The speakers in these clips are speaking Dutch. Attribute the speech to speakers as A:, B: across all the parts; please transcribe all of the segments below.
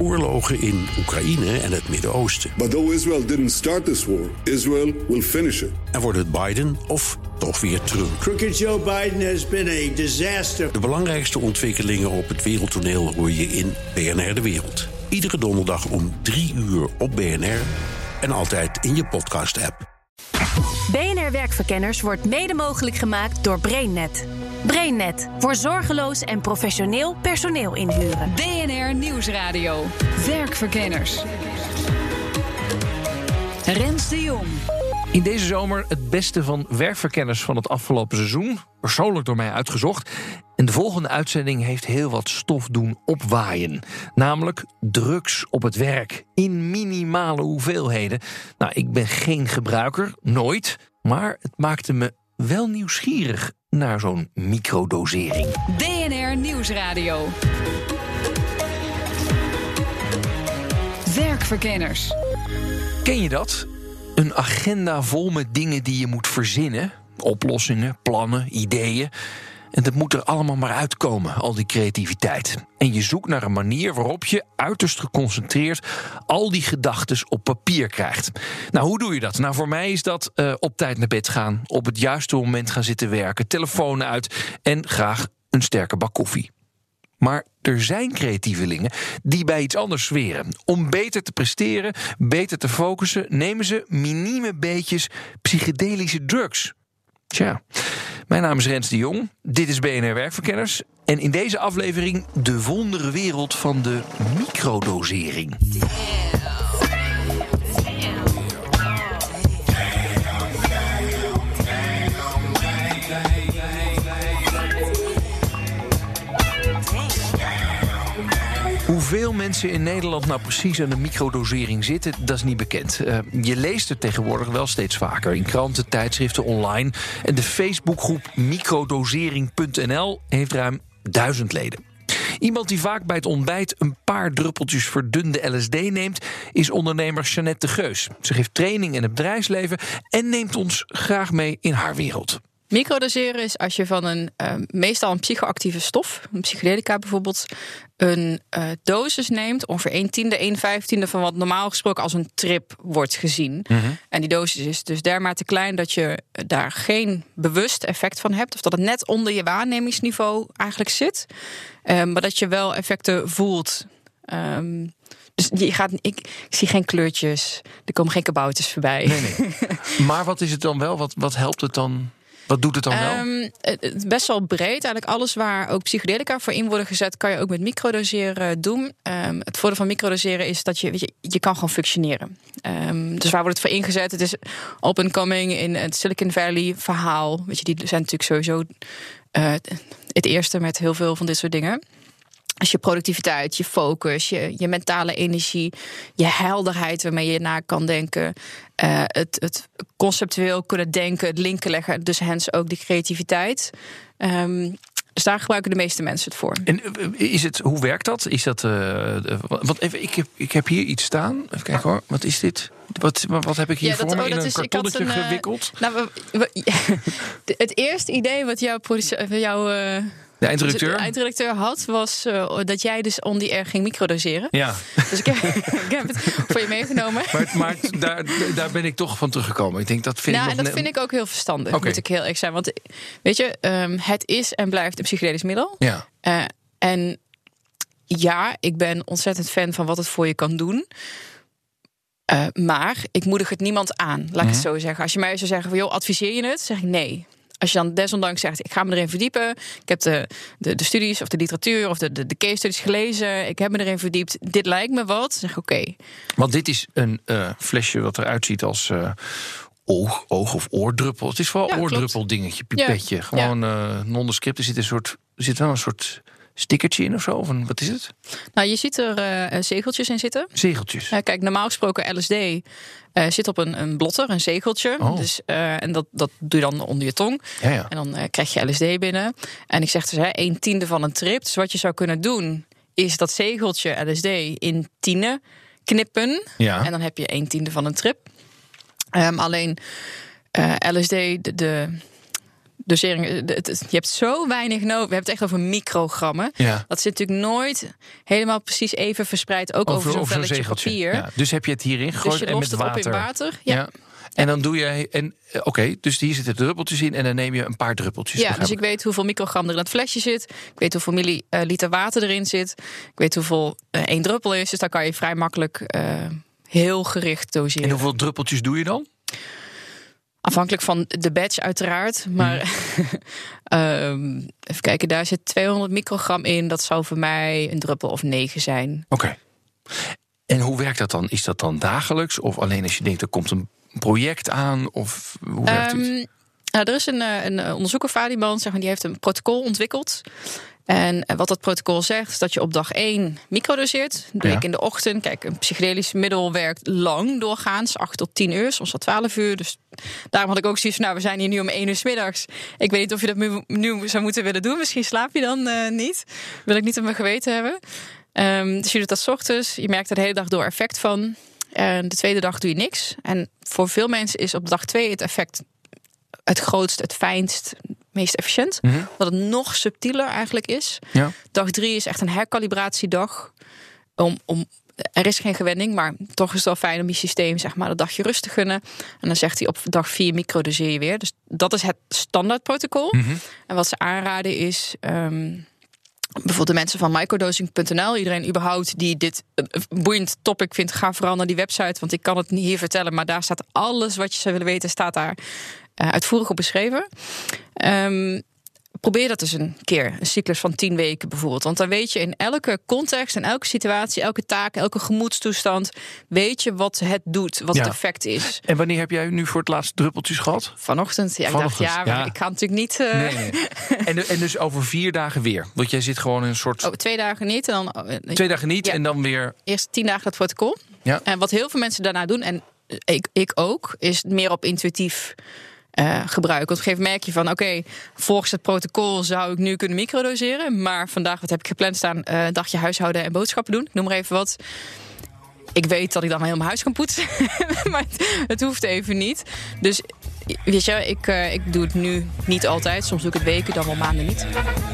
A: oorlogen in Oekraïne en het Midden-Oosten.
B: But though Israel didn't start this war, Israel will finish it.
A: En wordt het Biden of toch weer Trump?
C: Crooked Joe Biden has been a disaster.
A: De belangrijkste ontwikkelingen op het wereldtoneel hoor je in BNR De Wereld. Iedere donderdag om 3 uur op BNR en altijd in je podcast-app.
D: BNR Werkverkenners wordt mede mogelijk gemaakt door BrainNet. BrainNet, voor zorgeloos en professioneel personeel inhuren.
E: BNR Nieuwsradio. Werkverkenners. Rens de Jong.
F: In deze zomer het beste van werkverkenners van het afgelopen seizoen. Persoonlijk door mij uitgezocht. En de volgende uitzending heeft heel wat stof doen opwaaien. Namelijk drugs op het werk. In minimale hoeveelheden. Nou, ik ben geen gebruiker, nooit. Maar het maakte me wel nieuwsgierig naar zo'n microdosering.
E: BNR Nieuwsradio. Werkverkenners.
F: Ken je dat? Een agenda vol met dingen die je moet verzinnen. Oplossingen, plannen, ideeën. En dat moet er allemaal maar uitkomen, al die creativiteit. En je zoekt naar een manier waarop je uiterst geconcentreerd al die gedachtes op papier krijgt. Nou, hoe doe je dat? Nou, voor mij is dat op tijd naar bed gaan, op het juiste moment gaan zitten werken, telefoon uit en graag een sterke bak koffie. Maar er zijn creatievelingen die bij iets anders zweren. Om beter te presteren, beter te focussen, nemen ze minieme beetjes psychedelische drugs. Tja, mijn naam is Rens de Jong, dit is BNR Werkverkenners. En in deze aflevering de wondere wereld van de microdosering. Hoeveel mensen in Nederland nou precies aan de microdosering zitten, dat is niet bekend. Je leest het tegenwoordig wel steeds vaker in kranten, tijdschriften, online. En de Facebookgroep microdosering.nl heeft ruim 1000 leden. Iemand die vaak bij het ontbijt een paar druppeltjes verdunde LSD neemt, is ondernemer Jeannette de Geus. Ze geeft training in het bedrijfsleven en neemt ons graag mee in haar wereld.
G: Microdoseren is als je van meestal een psychoactieve stof, een psychedelica bijvoorbeeld, een dosis neemt, ongeveer 1/10, 1/15 van wat normaal gesproken als een trip wordt gezien. Mm-hmm. En die dosis is dus dermate klein dat je daar geen bewust effect van hebt, of dat het net onder je waarnemingsniveau eigenlijk zit, maar dat je wel effecten voelt. Dus ik zie geen kleurtjes, er komen geen kabouters voorbij.
F: Nee. Maar wat is het dan wel? Wat helpt het dan? Wat doet het dan wel?
G: Het is best wel breed. Eigenlijk alles waar ook psychedelica voor in worden gezet, kan je ook met microdoseren doen. Het voordeel van microdoseren is dat je kan gewoon functioneren. Dus waar wordt het voor ingezet? Het is up and coming in het Silicon Valley verhaal. Weet je, die zijn natuurlijk sowieso het eerste met heel veel van dit soort dingen. Als je productiviteit, je focus, je mentale energie, je helderheid waarmee je na kan denken, het conceptueel kunnen denken, het linken leggen, dus hens ook die creativiteit. Dus daar gebruiken de meeste mensen het voor.
F: En hoe werkt dat? Is dat? Want even, ik heb hier iets staan. Even kijken hoor. Wat is dit? Wat heb ik hier voor me in een kartonnetje gewikkeld?
G: Het eerste idee wat jouw
F: de eindredacteur?
G: De eindredacteur had, was dat jij dus on the air ging microdoseren. Ja. Dus ik heb het voor je meegenomen.
F: Maar daar ben ik toch van teruggekomen. Ik denk, dat vind ik
G: vind ik ook heel verstandig, moet ik heel eerlijk zijn. Want weet je, het is en blijft een psychedelisch middel. Ja. En ja, ik ben ontzettend fan van wat het voor je kan doen. Maar ik moedig het niemand aan, laat ik het zo zeggen. Als je mij zou zeggen van, joh, adviseer je het? Zeg ik nee. Als je dan desondanks zegt, ik ga me erin verdiepen. Ik heb de studies of de literatuur of de case studies gelezen. Ik heb me erin verdiept. Dit lijkt me wat. Zeg ik oké. Want
F: dit is een flesje wat eruit ziet als oog- of oordruppel. Het is vooral oordruppeldingetje, pipetje. Ja. Gewoon nondescript. Er zit wel een soort stickertje in of zo? Of wat is het?
G: Nou, je ziet er zegeltjes in zitten.
F: Zegeltjes?
G: Kijk, normaal gesproken LSD zit op een blotter, een zegeltje. Oh. Dus, en dat doe je dan onder je tong. Ja. En dan krijg je LSD binnen. En ik zeg dus 1/10 van een trip. Dus wat je zou kunnen doen, is dat zegeltje LSD in tienen knippen. Ja. En dan heb je 1/10 van een trip. Alleen LSD, de dosering, je hebt zo weinig nodig. We hebben het echt over microgrammen.
F: Ja.
G: Dat zit natuurlijk nooit helemaal precies even verspreid. Ook over zo'n velletje
F: zegeltje.
G: papier.
F: Ja. Dus heb je het hierin gegooid
G: Dus je
F: en met
G: lost het
F: water.
G: op in water. Ja.
F: En dan doe je... Oké, dus hier zitten druppeltjes in en dan neem je een paar druppeltjes.
G: Ja, dus ik weet hoeveel microgram er in het flesje zit. Ik weet hoeveel milliliter water erin zit. Ik weet hoeveel 1 druppel is. Dus daar kan je vrij makkelijk heel gericht doseren.
F: En hoeveel druppeltjes doe je dan?
G: Afhankelijk van de batch uiteraard. Maar even kijken, daar zit 200 microgram in. Dat zou voor mij een druppel of 9 zijn.
F: Oké. En hoe werkt dat dan? Is dat dan dagelijks? Of alleen als je denkt, er komt een project aan? Of hoe werkt het?
G: Nou, er is een onderzoeker, Fadiman, zeg maar, die heeft een protocol ontwikkeld. En wat dat protocol zegt, is dat je op dag 1 microdoseert. Doe ik in de ochtend. Kijk, een psychedelisch middel werkt lang doorgaans, 8 tot 10 uur, soms wel 12 uur. Dus daarom had ik ook zoiets van, nou, we zijn hier nu om 1 uur 's middags. Ik weet niet of je dat nu zou moeten willen doen. Misschien slaap je dan niet. Wil ik niet op mijn geweten hebben. Dus je doet dat 's ochtends. Je merkt er de hele dag door effect van. En de tweede dag doe je niks. En voor veel mensen is op dag 2 het effect het grootst, het fijnst, meest efficiënt. Dat het nog subtieler eigenlijk is. Ja. Dag 3 is echt een hercalibratiedag. Er is geen gewenning, maar toch is het wel fijn om je systeem, zeg maar, dat dagje rust te gunnen. En dan zegt hij op dag 4 microdoseer je weer. Dus dat is het standaardprotocol. En wat ze aanraden is bijvoorbeeld de mensen van microdosing.nl. Iedereen überhaupt die dit een boeiend topic vindt, ga vooral naar die website. Want ik kan het niet hier vertellen, maar daar staat alles wat je zou willen weten, staat daar uitvoerig op beschreven. Probeer dat eens een keer, een cyclus van 10 weken bijvoorbeeld. Want dan weet je in elke context, in elke situatie, elke taak, elke gemoedstoestand, weet je wat het doet, wat het effect is.
F: En wanneer heb jij nu voor het laatst druppeltjes gehad?
G: Vanochtend. Ja,
F: Vanochtend.
G: Ik dacht, maar ik ga natuurlijk niet...
F: Nee. En dus over 4 dagen weer? Want jij zit gewoon in een soort...
G: 2 dagen niet. En dan,
F: 2 dagen niet en dan weer...
G: Eerst 10 dagen dat protocol.
F: Ja.
G: En wat heel veel mensen daarna doen, en ik ook, is meer op intuïtief gebruiken. Op een gegeven moment merk je van, oké, volgens het protocol zou ik nu kunnen microdoseren, maar vandaag, wat heb ik gepland staan? Een dagje huishouden en boodschappen doen. Ik noem maar even wat. Ik weet dat ik dan heel mijn huis kan poetsen, maar het hoeft even niet. Dus weet je, ik doe het nu niet altijd. Soms doe ik het weken, dan wel maanden niet.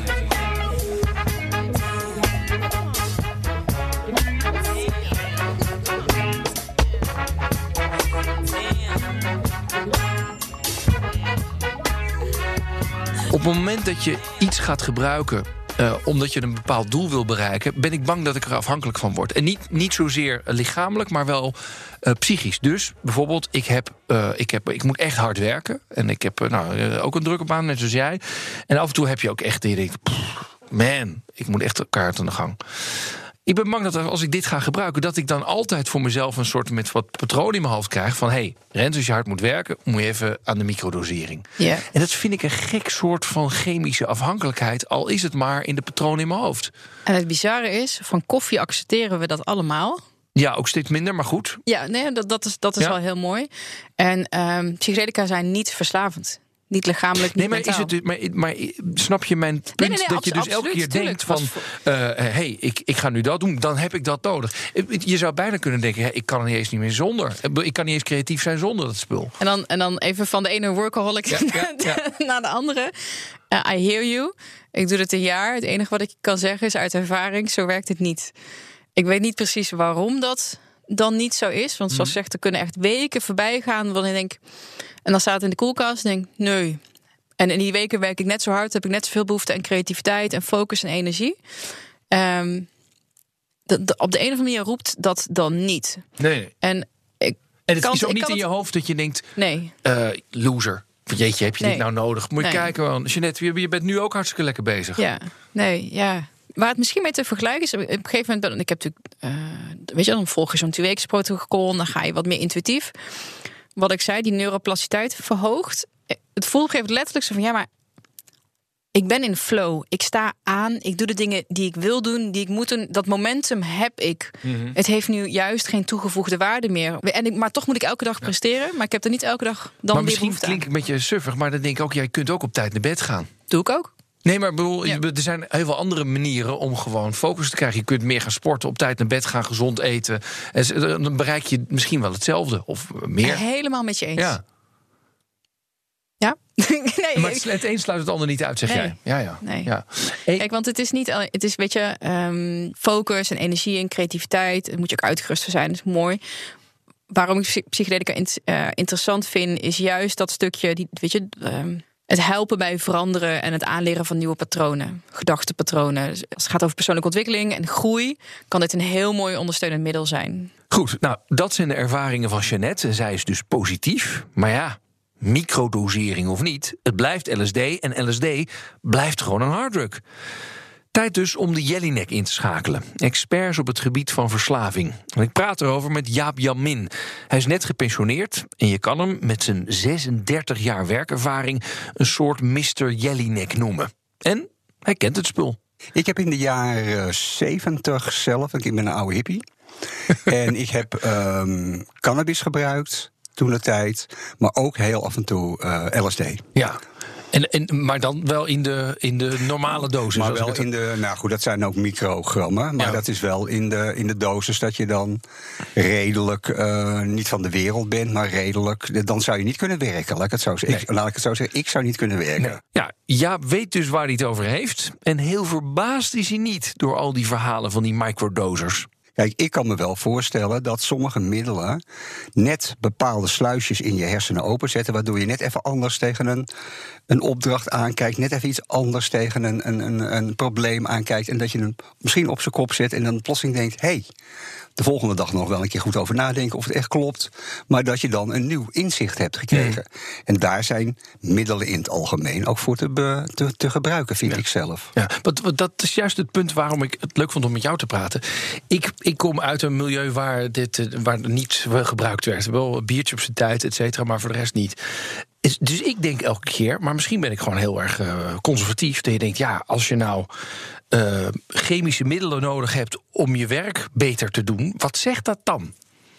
F: Op het moment dat je iets gaat gebruiken omdat je een bepaald doel wil bereiken, ben ik bang dat ik er afhankelijk van word. En niet zozeer lichamelijk, maar wel psychisch. Dus bijvoorbeeld, ik moet echt hard werken. En ik heb ook een drukke baan, net zoals jij. En af en toe heb je ook echt dat je denkt, man, ik moet echt kaart aan de gang. Ik ben bang dat als ik dit ga gebruiken, dat ik dan altijd voor mezelf een soort met wat patroon in mijn hoofd krijg van, hey, Rens, als je hard moet werken, moet je even aan de microdosering. Yeah. En dat vind ik een gek soort van chemische afhankelijkheid, al is het maar in de patroon in mijn hoofd.
G: En het bizarre is, van koffie accepteren we dat allemaal.
F: Ja, ook steeds minder, maar goed.
G: Ja, nee, dat is wel heel mooi. En psychedelica zijn niet verslavend. Niet lichamelijk, niet
F: mentaal. Maar snap je mijn punt?
G: Nee,
F: dat je dus elke keer denkt van, hey, ik ga nu dat doen, dan heb ik dat nodig. Je zou bijna kunnen denken, ik kan er niet eens niet meer zonder. Ik kan niet eens creatief zijn zonder dat spul.
G: En dan even van de ene workaholic naar de andere. I hear you. Ik doe het een jaar. Het enige wat ik kan zeggen is uit ervaring, zo werkt het niet. Ik weet niet precies waarom dat dan niet zo is. Want zoals gezegd, er kunnen echt weken voorbij gaan. Want ik denk, en dan staat het in de koelkast en denk, nee. En in die weken werk ik net zo hard, heb ik net zoveel behoefte aan creativiteit en focus en energie. Op de een of andere manier roept dat dan niet.
F: Nee.
G: En
F: het is ook niet in je hoofd dat je denkt, nee, loser. Jeetje, heb je dit nou nodig? Moet je kijken, want Jeanette, je bent nu ook hartstikke lekker bezig.
G: Ja, waar het misschien mee te vergelijken is, op een gegeven moment, ik heb natuurlijk, dan volg je zo'n 2-weeks protocol, dan ga je wat meer intuïtief. Wat ik zei, die neuroplasticiteit verhoogt. Het voelt op een gegeven moment letterlijk zo van, ja, maar ik ben in flow. Ik sta aan, ik doe de dingen die ik wil doen, die ik moet doen. Dat momentum heb ik. Mm-hmm. Het heeft nu juist geen toegevoegde waarde meer. Maar toch moet ik elke dag presteren. Maar ik heb er niet elke dag dan
F: maar
G: weer behoefte aan.
F: Misschien klink ik een beetje suffig, maar dan denk ik ook, jij kunt ook op tijd naar bed gaan.
G: Doe ik ook.
F: Nee, maar er zijn heel veel andere manieren om gewoon focus te krijgen. Je kunt meer gaan sporten, op tijd naar bed gaan, gezond eten. En dan bereik je misschien wel hetzelfde of meer.
G: Helemaal met je eens.
F: Ja.
G: Ja? Nee,
F: Maar het een sluit het ander niet uit, zeg jij. Ja.
G: Nee.
F: Ja.
G: Kijk, want het is niet... Het is, weet je, focus en energie en creativiteit. Daar moet je ook uitgerust voor zijn. Dat is mooi. Waarom ik psychedelica interessant vind, is juist dat stukje, het helpen bij veranderen en het aanleren van nieuwe patronen, gedachtepatronen. Dus als het gaat over persoonlijke ontwikkeling en groei, kan dit een heel mooi ondersteunend middel zijn.
F: Goed, nou, dat zijn de ervaringen van Jeanette. En zij is dus positief. Maar ja, microdosering of niet, het blijft LSD en LSD blijft gewoon een harddrug. Tijd dus om de Jelinek in te schakelen. Experts op het gebied van verslaving. En ik praat erover met Jaap Jamin. Hij is net gepensioneerd en je kan hem met zijn 36 jaar werkervaring een soort Mr. Jelinek noemen. En hij kent het spul.
H: Ik heb in de jaren 70 zelf, ik ben een oude hippie, en ik heb cannabis gebruikt toen de tijd, maar ook heel af en toe LSD.
F: Ja. Maar dan wel in de normale dosis.
H: Maar wel in de, nou goed, dat zijn ook microgrammen. Maar dat is wel in de dosis dat je dan redelijk niet van de wereld bent, maar redelijk. Dan zou je niet kunnen werken. Laat ik het zo zeggen. Ik zou niet kunnen werken.
F: Nee. Ja, Jaap weet dus waar hij het over heeft. En heel verbaasd is hij niet door al die verhalen van die microdosers.
H: Kijk, ik kan me wel voorstellen dat sommige middelen net bepaalde sluisjes in je hersenen openzetten, waardoor je net even anders tegen een opdracht aankijkt, net even iets anders tegen een probleem aankijkt en dat je hem misschien op zijn kop zet en dan plotseling denkt, hey, de volgende dag nog wel een keer goed over nadenken of het echt klopt, maar dat je dan een nieuw inzicht hebt gekregen. En daar zijn middelen in het algemeen ook voor te gebruiken, vind ik zelf.
F: Ja, dat is juist het punt waarom ik het leuk vond om met jou te praten. Ik kom uit een milieu waar niets gebruikt werd. Wel een biertje op zijn tijd, et cetera, maar voor de rest niet. Dus ik denk elke keer, maar misschien ben ik gewoon heel erg conservatief, dat je denkt, ja, als je nou chemische middelen nodig hebt om je werk beter te doen, wat zegt dat dan?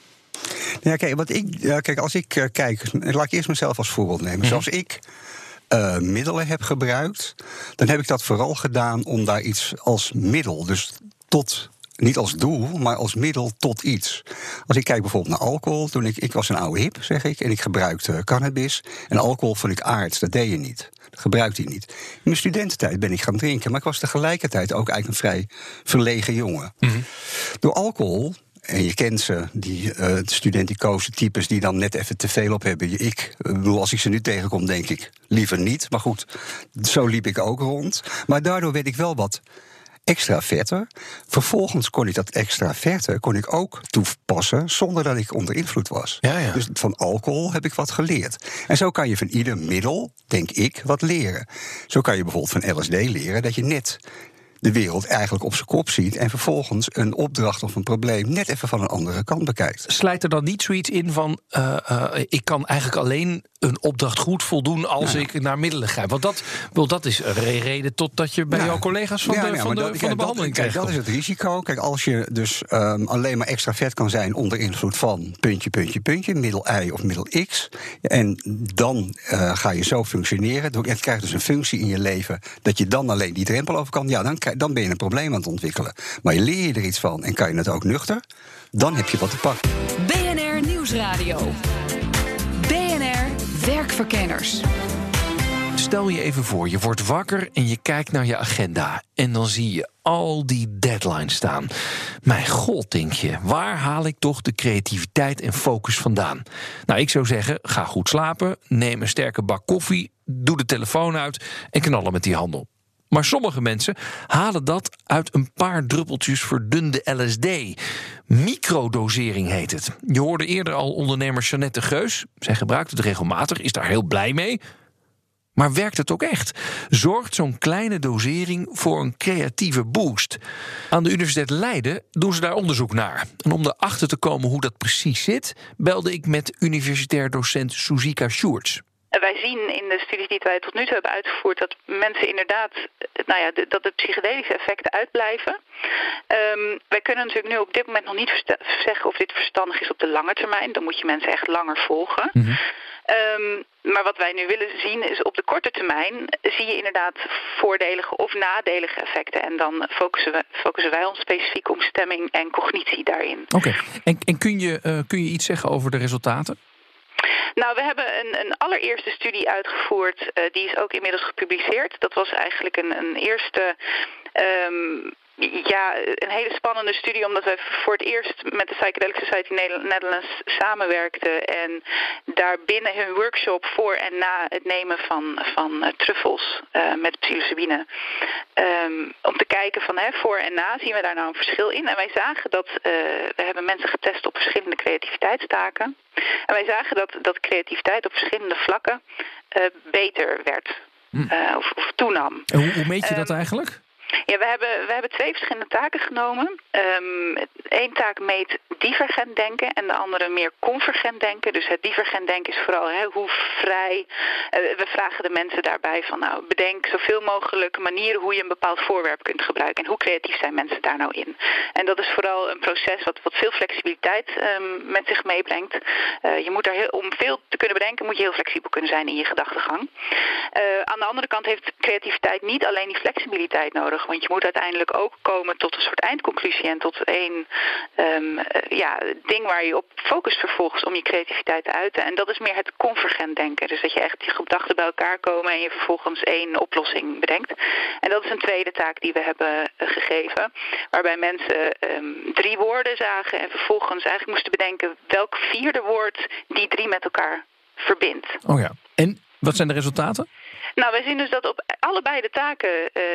H: Ja, kijk, als ik kijk, laat ik eerst mezelf als voorbeeld nemen. Zoals ik middelen heb gebruikt, dan heb ik dat vooral gedaan om daar iets als middel, dus niet als doel, maar als middel tot iets. Als ik kijk bijvoorbeeld naar alcohol, ik was een oude hip, zeg ik, en ik gebruikte cannabis. En alcohol vond ik aards, dat deed je niet. Dat gebruikte je niet. In mijn studententijd ben ik gaan drinken, maar ik was tegelijkertijd ook eigenlijk een vrij verlegen jongen. Mm-hmm. Door alcohol, en je kent ze, die studenticoze types die dan net even te veel op hebben. Als ik ze nu tegenkom, denk ik liever niet. Maar goed, zo liep ik ook rond. Maar daardoor werd ik wel wat extra vetter. Vervolgens kon ik dat extra verte ook toepassen zonder dat ik onder invloed was. Ja. Dus van alcohol heb ik wat geleerd. En zo kan je van ieder middel, denk ik, wat leren. Zo kan je bijvoorbeeld van LSD leren dat je net de wereld eigenlijk op zijn kop ziet en vervolgens een opdracht of een probleem net even van een andere kant bekijkt.
F: Slijt er dan niet zoiets in van ik kan eigenlijk alleen een opdracht goed voldoen als ik naar middelen grijp? Want dat is een reden totdat je bij jouw collega's van de behandeling krijgt.
H: Dat is het risico. Kijk, als je dus alleen maar extra vet kan zijn onder invloed van puntje, middel Y of middel X, en dan ga je zo functioneren. Je krijgt dus een functie in je leven dat je dan alleen die drempel over kan. Ja, dan ben je een probleem aan het ontwikkelen. Maar leer je er iets van en kan je het ook nuchter, dan heb je wat te pakken.
E: BNR Nieuwsradio. BNR Werkverkenners.
F: Stel je even voor, je wordt wakker en je kijkt naar je agenda. En dan zie je al die deadlines staan. Mijn god, denk je, waar haal ik toch de creativiteit en focus vandaan? Nou, ik zou zeggen, ga goed slapen, neem een sterke bak koffie, doe de telefoon uit en knallen met die handel. Maar sommige mensen halen dat uit een paar druppeltjes verdunde LSD. Microdosering heet het. Je hoorde eerder al ondernemer Jeanette Geus. Zij gebruikt het regelmatig, is daar heel blij mee. Maar werkt het ook echt? Zorgt zo'n kleine dosering voor een creatieve boost? Aan de Universiteit Leiden doen ze daar onderzoek naar. En om erachter te komen hoe dat precies zit, belde ik met universitair docent Suzika Sjoerds.
I: Wij zien in de studies die wij tot nu toe hebben uitgevoerd dat mensen inderdaad, dat de psychedelische effecten uitblijven. Wij kunnen natuurlijk nu op dit moment nog niet zeggen of dit verstandig is op de lange termijn. Dan moet je mensen echt langer volgen. Mm-hmm. Maar wat wij nu willen zien is op de korte termijn zie je inderdaad voordelige of nadelige effecten. En dan focussen wij ons specifiek om stemming en cognitie daarin.
F: Oké. En kun je iets zeggen over de resultaten?
I: Nou, we hebben een allereerste studie uitgevoerd. Die is ook inmiddels gepubliceerd. Dat was eigenlijk een eerste... een hele spannende studie, omdat wij voor het eerst met de Psychedelic Society Netherlands samenwerkten en daar binnen hun workshop voor en na het nemen van truffels met psilocybine, om te kijken van voor en na, zien we daar nou een verschil in? En wij zagen dat, we hebben mensen getest op verschillende creativiteitstaken, en wij zagen dat creativiteit op verschillende vlakken beter werd, of toenam.
F: En hoe meet je dat eigenlijk?
I: Ja, we hebben 2 verschillende taken genomen. Eén taak meet divergent denken en de andere meer convergent denken. Dus het divergent denken is vooral hoe vrij... we vragen de mensen daarbij van bedenk zoveel mogelijk manieren hoe je een bepaald voorwerp kunt gebruiken. En hoe creatief zijn mensen daar nou in? En dat is vooral een proces wat veel flexibiliteit met zich meebrengt. Je moet om veel te kunnen bedenken moet je heel flexibel kunnen zijn in je gedachtegang. Aan de andere kant heeft creativiteit niet alleen die flexibiliteit nodig. Want je moet uiteindelijk ook komen tot een soort eindconclusie en tot één ding waar je op focust vervolgens om je creativiteit te uiten. En dat is meer het convergent denken. Dus dat je echt je gedachten bij elkaar komen en je vervolgens één oplossing bedenkt. En dat is een tweede taak die we hebben gegeven. Waarbij mensen 3 woorden zagen en vervolgens eigenlijk moesten bedenken welk 4e woord die 3 met elkaar verbindt.
F: Oh ja. En wat zijn de resultaten?
I: Nou, wij zien dus dat op allebei de taken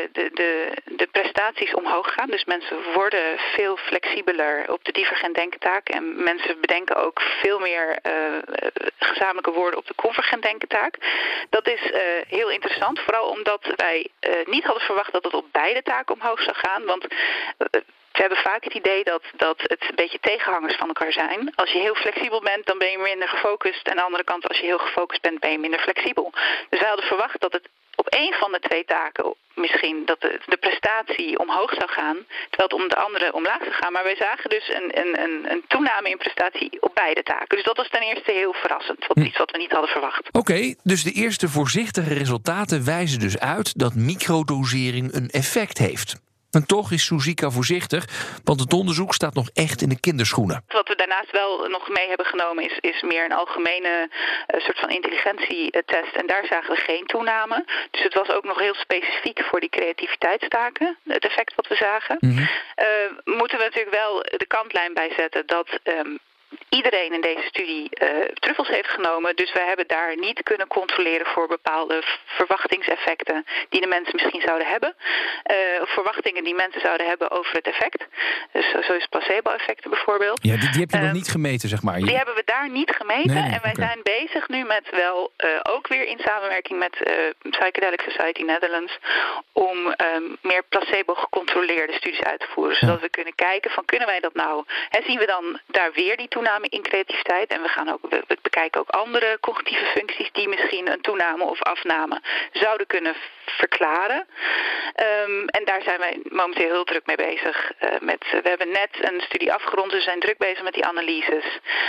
I: de prestaties omhoog gaan. Dus mensen worden veel flexibeler op de divergent denken taak. En mensen bedenken ook veel meer gezamenlijke woorden op de convergent denken taak. Dat is heel interessant, vooral omdat wij niet hadden verwacht dat het op beide taken omhoog zou gaan. Want... we hebben vaak het idee dat het een beetje tegenhangers van elkaar zijn. Als je heel flexibel bent, dan ben je minder gefocust. En aan de andere kant, als je heel gefocust bent, ben je minder flexibel. Dus wij hadden verwacht dat het op één van de 2 taken misschien dat de prestatie omhoog zou gaan, terwijl het om de andere omlaag zou gaan. Maar wij zagen dus een toename in prestatie op beide taken. Dus dat was ten eerste heel verrassend. Iets wat we niet hadden verwacht.
F: Oké, dus de eerste voorzichtige resultaten wijzen dus uit dat microdosering een effect heeft. En toch is Suzica voorzichtig, want het onderzoek staat nog echt in de kinderschoenen.
I: Wat we daarnaast wel nog mee hebben genomen is meer een algemene soort van intelligentietest. En daar zagen we geen toename. Dus het was ook nog heel specifiek voor die creativiteitstaken, het effect wat we zagen. Moeten we natuurlijk wel de kantlijn bijzetten dat... iedereen in deze studie truffels heeft genomen. Dus we hebben daar niet kunnen controleren voor bepaalde verwachtingseffecten die de mensen misschien zouden hebben. Of verwachtingen die mensen zouden hebben over het effect. Dus zoals placebo-effecten bijvoorbeeld.
F: Ja, die heb je nog niet gemeten, zeg maar.
I: Die hebben we daar niet gemeten. Nee, en wij zijn bezig nu met wel, ook weer in samenwerking met Psychedelic Society Netherlands, om meer placebo-gecontroleerde studies uit te voeren. Zodat we kunnen kijken van, kunnen wij dat nou... zien we dan daar weer die toename in creativiteit. En we bekijken ook andere cognitieve functies die misschien een toename of afname zouden kunnen verklaren. En daar zijn wij momenteel heel druk mee bezig. We hebben net een studie afgerond, dus we zijn druk bezig met die analyses.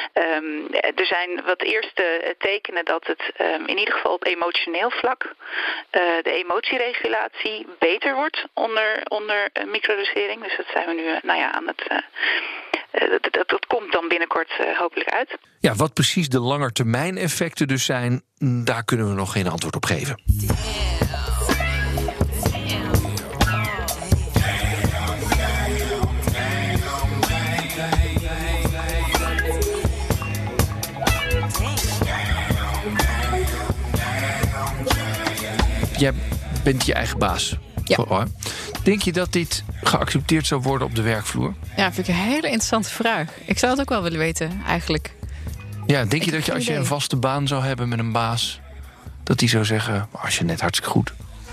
I: Er zijn wat eerste tekenen dat het in ieder geval op emotioneel vlak de emotieregulatie beter wordt onder microdosering. Dus dat zijn we nu aan het... Dat komt dan binnenkort hopelijk uit.
F: Ja, wat precies de langetermijneffecten dus zijn, daar kunnen we nog geen antwoord op geven. Jij bent je eigen baas.
G: Ja.
F: Denk je dat dit geaccepteerd zou worden op de werkvloer?
G: Ja, vind ik een hele interessante vraag. Ik zou het ook wel willen weten, eigenlijk.
F: Ja, denk je dat als je een vaste baan zou hebben met een baas, dat die zou zeggen, als je net hartstikke goed?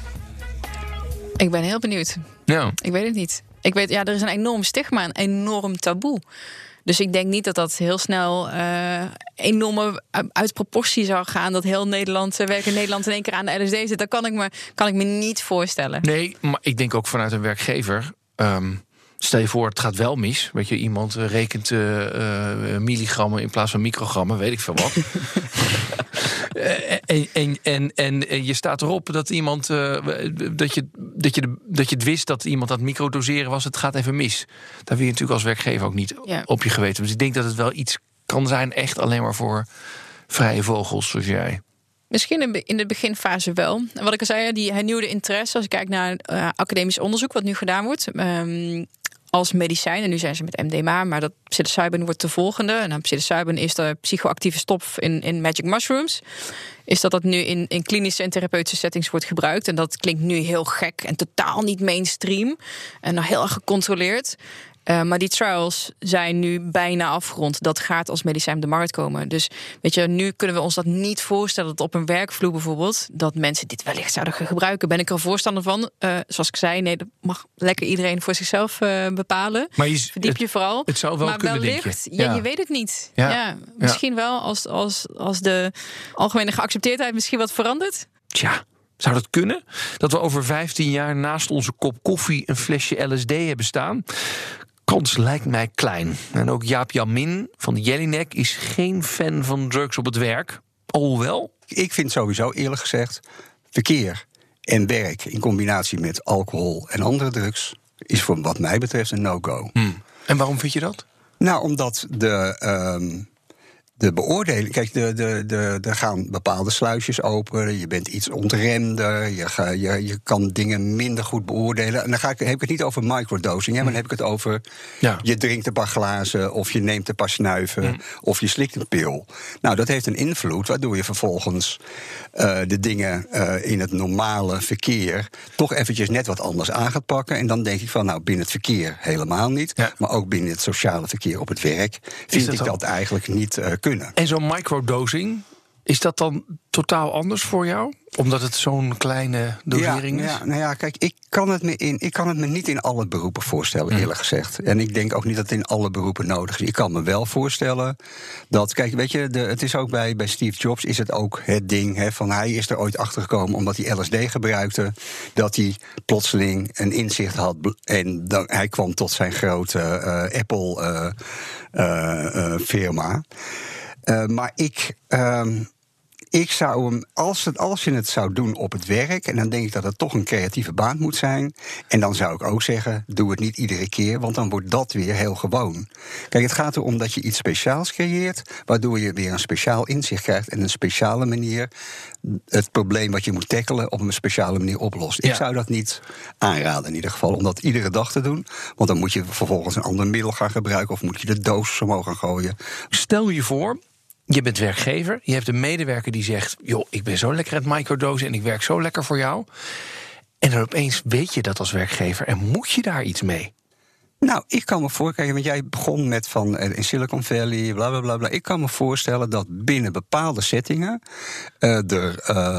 G: Ik ben heel benieuwd.
F: Ja.
G: Ik weet het niet. Er is een enorm stigma, een enorm taboe. Dus ik denk niet dat dat heel snel enorm uit proportie zou gaan. Dat heel Nederland, werken Nederland in één keer aan de LSD zit. Dat kan ik me niet voorstellen.
F: Nee, maar ik denk ook vanuit een werkgever. Stel je voor, het gaat wel mis. Weet je, iemand rekent milligrammen in plaats van microgrammen. Weet ik veel wat. En je staat erop dat iemand dat je het wist dat iemand aan het microdoseren was. Het gaat even mis. Daar wil je natuurlijk als werkgever ook niet op je geweten. Dus ik denk dat het wel iets kan zijn, echt alleen maar voor vrije vogels zoals jij?
G: Misschien in de beginfase wel. En wat ik al zei, die hernieuwde interesse, als ik kijk naar academisch onderzoek wat nu gedaan wordt, als medicijn. En nu zijn ze met MDMA, maar dat psilocybin wordt de volgende. En dan psilocybin is de psychoactieve stof in magic mushrooms. Is dat nu in klinische en therapeutische settings wordt gebruikt. En dat klinkt nu heel gek en totaal niet mainstream. En nog heel erg gecontroleerd. Maar die trials zijn nu bijna afgerond. Dat gaat als medicijn op de markt komen. Dus weet je, nu kunnen we ons dat niet voorstellen dat op een werkvloer bijvoorbeeld dat mensen dit wellicht zouden gaan gebruiken. Ben ik er voorstander van? Zoals ik zei, nee, dat mag lekker iedereen voor zichzelf bepalen. Maar verdiep je vooral.
F: Het zou wel maar kunnen,
G: wellicht, je weet het niet. Ja, misschien wel als de algemene geaccepteerdheid misschien wat verandert.
F: Tja. Zou dat kunnen? Dat we over 15 jaar naast onze kop koffie een flesje LSD hebben staan? Kans lijkt mij klein. En ook Jaap Jamin van de Jelinek is geen fan van drugs op het werk. Alhoewel?
H: Ik vind sowieso, eerlijk gezegd, verkeer en werk in combinatie met alcohol en andere drugs is voor wat mij betreft een no-go.
F: En waarom vind je dat?
H: Nou, omdat de beoordeling. Kijk, er gaan bepaalde sluisjes open. Je bent iets ontremder. Je kan dingen minder goed beoordelen. En dan heb ik het niet over microdosing. Maar dan heb ik het over. Je drinkt een paar glazen. Of je neemt een paar snuiven. Of je slikt een pil. Nou, dat heeft een invloed. Waardoor je vervolgens de dingen in het normale verkeer toch eventjes net wat anders aan gaat pakken. En dan denk ik van, nou, binnen het verkeer helemaal niet. Ja. Maar ook binnen het sociale verkeer op het werk vind ik dat eigenlijk niet kunnen.
F: En zo'n microdosing, is dat dan totaal anders voor jou? Omdat het zo'n kleine dosering is?
H: Ja, nou ja, kijk, ik kan het me niet in alle beroepen voorstellen, eerlijk gezegd. En ik denk ook niet dat het in alle beroepen nodig is. Ik kan me wel voorstellen dat, kijk, weet je, het is ook bij Steve Jobs is het ook het ding, van hij is er ooit achter gekomen omdat hij LSD gebruikte, dat hij plotseling een inzicht had en hij kwam tot zijn grote Apple-firma. Maar ik zou hem, als je het zou doen op het werk, en dan denk ik dat het toch een creatieve baan moet zijn. En dan zou ik ook zeggen, doe het niet iedere keer, want dan wordt dat weer heel gewoon. Kijk, het gaat erom dat je iets speciaals creëert, waardoor je weer een speciaal inzicht krijgt en een speciale manier het probleem wat je moet tackelen op een speciale manier oplost. Ik zou dat niet aanraden in ieder geval, om dat iedere dag te doen. Want dan moet je vervolgens een ander middel gaan gebruiken of moet je de dosis omhoog gaan gooien.
F: Stel je voor, je bent werkgever, je hebt een medewerker die zegt, joh, ik ben zo lekker aan het microdosen en ik werk zo lekker voor jou. En dan opeens weet je dat als werkgever en moet je daar iets mee?
H: Nou, ik kan me voorstellen, want jij begon met van in Silicon Valley, bla bla bla bla. Ik kan me voorstellen dat binnen bepaalde settingen er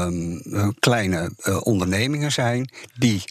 H: kleine ondernemingen zijn die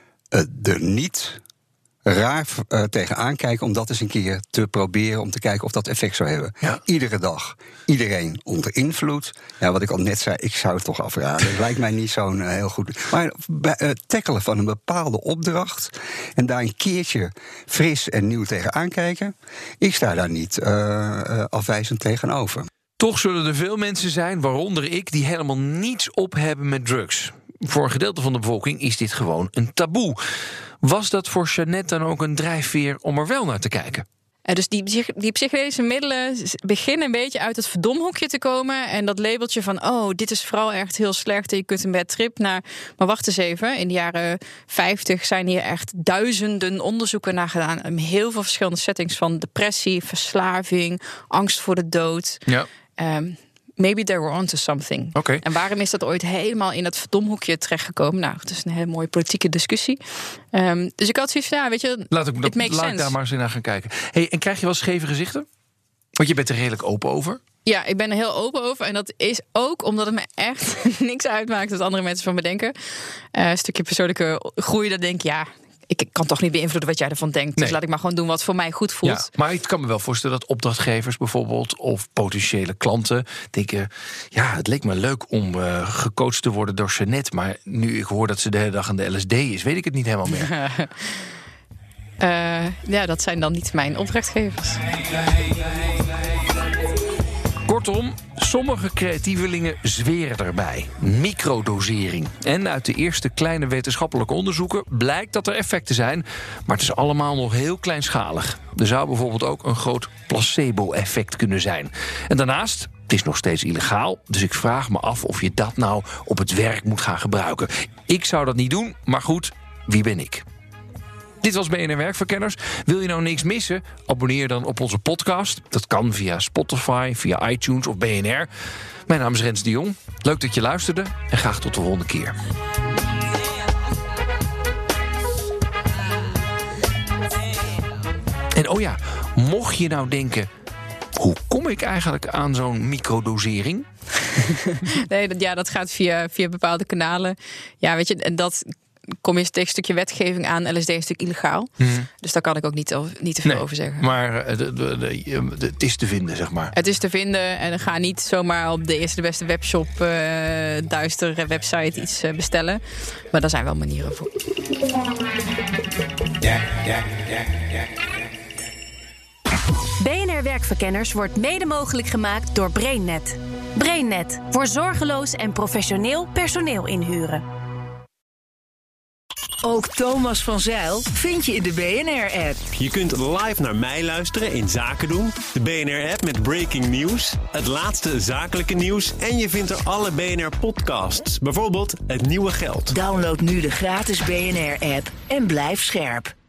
H: er niet raar tegenaan kijken om dat eens een keer te proberen, om te kijken of dat effect zou hebben. Ja. Iedere dag, iedereen onder invloed. Ja, wat ik al net zei, ik zou het toch afraden. Het lijkt mij niet zo'n heel goed. Maar tackelen van een bepaalde opdracht en daar een keertje fris en nieuw tegenaan kijken, ik sta daar niet afwijzend tegenover.
F: Toch zullen er veel mensen zijn, waaronder ik, die helemaal niets op hebben met drugs. Voor een gedeelte van de bevolking is dit gewoon een taboe. Was dat voor Jeannette dan ook een drijfveer om er wel naar te kijken?
G: Dus die psychedelische middelen beginnen een beetje uit het verdomhoekje te komen. En dat labeltje van, oh, dit is vooral echt heel slecht en je kunt een bad trip naar. Maar wacht eens even, in de jaren 50 zijn hier echt duizenden onderzoeken naar gedaan. In heel veel verschillende settings van depressie, verslaving, angst voor de dood. Ja. Maybe they were onto something.
F: Okay.
G: En waarom is dat ooit helemaal in dat verdomhoekje terechtgekomen? Nou, het is een hele mooie politieke discussie. Dus ik had zoiets van, weet je,
F: laat ik daar maar eens naar gaan kijken. Hey, en krijg je wel scheve gezichten? Want je bent er redelijk open over.
G: Ja, ik ben er heel open over. En dat is ook omdat het me echt niks uitmaakt wat andere mensen van me denken. Een stukje persoonlijke groei, dat denk ik, ja, ik kan toch niet beïnvloeden wat jij ervan denkt. Dus laat ik maar gewoon doen wat voor mij goed voelt.
F: Ja, maar ik kan me wel voorstellen dat opdrachtgevers bijvoorbeeld of potentiële klanten denken, ja, het leek me leuk om gecoacht te worden door Jeannette, maar nu ik hoor dat ze de hele dag aan de LSD is, weet ik het niet helemaal meer.
G: Ja, dat zijn dan niet mijn opdrachtgevers.
F: Kortom, sommige creatievelingen zweren erbij. Microdosering. En uit de eerste kleine wetenschappelijke onderzoeken blijkt dat er effecten zijn, maar het is allemaal nog heel kleinschalig. Er zou bijvoorbeeld ook een groot placebo-effect kunnen zijn. En daarnaast, Het is nog steeds illegaal, dus ik vraag me af of je dat nou op het werk moet gaan gebruiken. Ik zou dat niet doen, maar goed, wie ben ik? Dit was BNR Werkverkenners. Wil je nou niks missen? Abonneer dan op onze podcast. Dat kan via Spotify, via iTunes of BNR. Mijn naam is Rens de Jong. Leuk dat je luisterde en graag tot de volgende keer. En oh ja, mocht je nou denken, hoe kom ik eigenlijk aan zo'n microdosering?
G: Nee, dat gaat via bepaalde kanalen. Ja, weet je, en dat kom je tegen een stukje wetgeving aan. LSD is natuurlijk illegaal. Dus daar kan ik ook niet te veel over zeggen.
F: Maar het is te vinden, zeg maar.
G: Het is te vinden en ga niet zomaar op de eerste de beste webshop, duistere website iets bestellen. Maar daar zijn wel manieren voor.
D: BNR Werkverkenners wordt mede mogelijk gemaakt door BrainNet. BrainNet, voor zorgeloos en professioneel personeel inhuren.
J: Ook Thomas van Zijl vind je in de BNR-app.
K: Je kunt live naar mij luisteren in Zaken doen. De BNR-app met breaking news, het laatste zakelijke nieuws en je vindt er alle BNR-podcasts. Bijvoorbeeld Het Nieuwe Geld.
J: Download nu de gratis BNR-app en blijf scherp.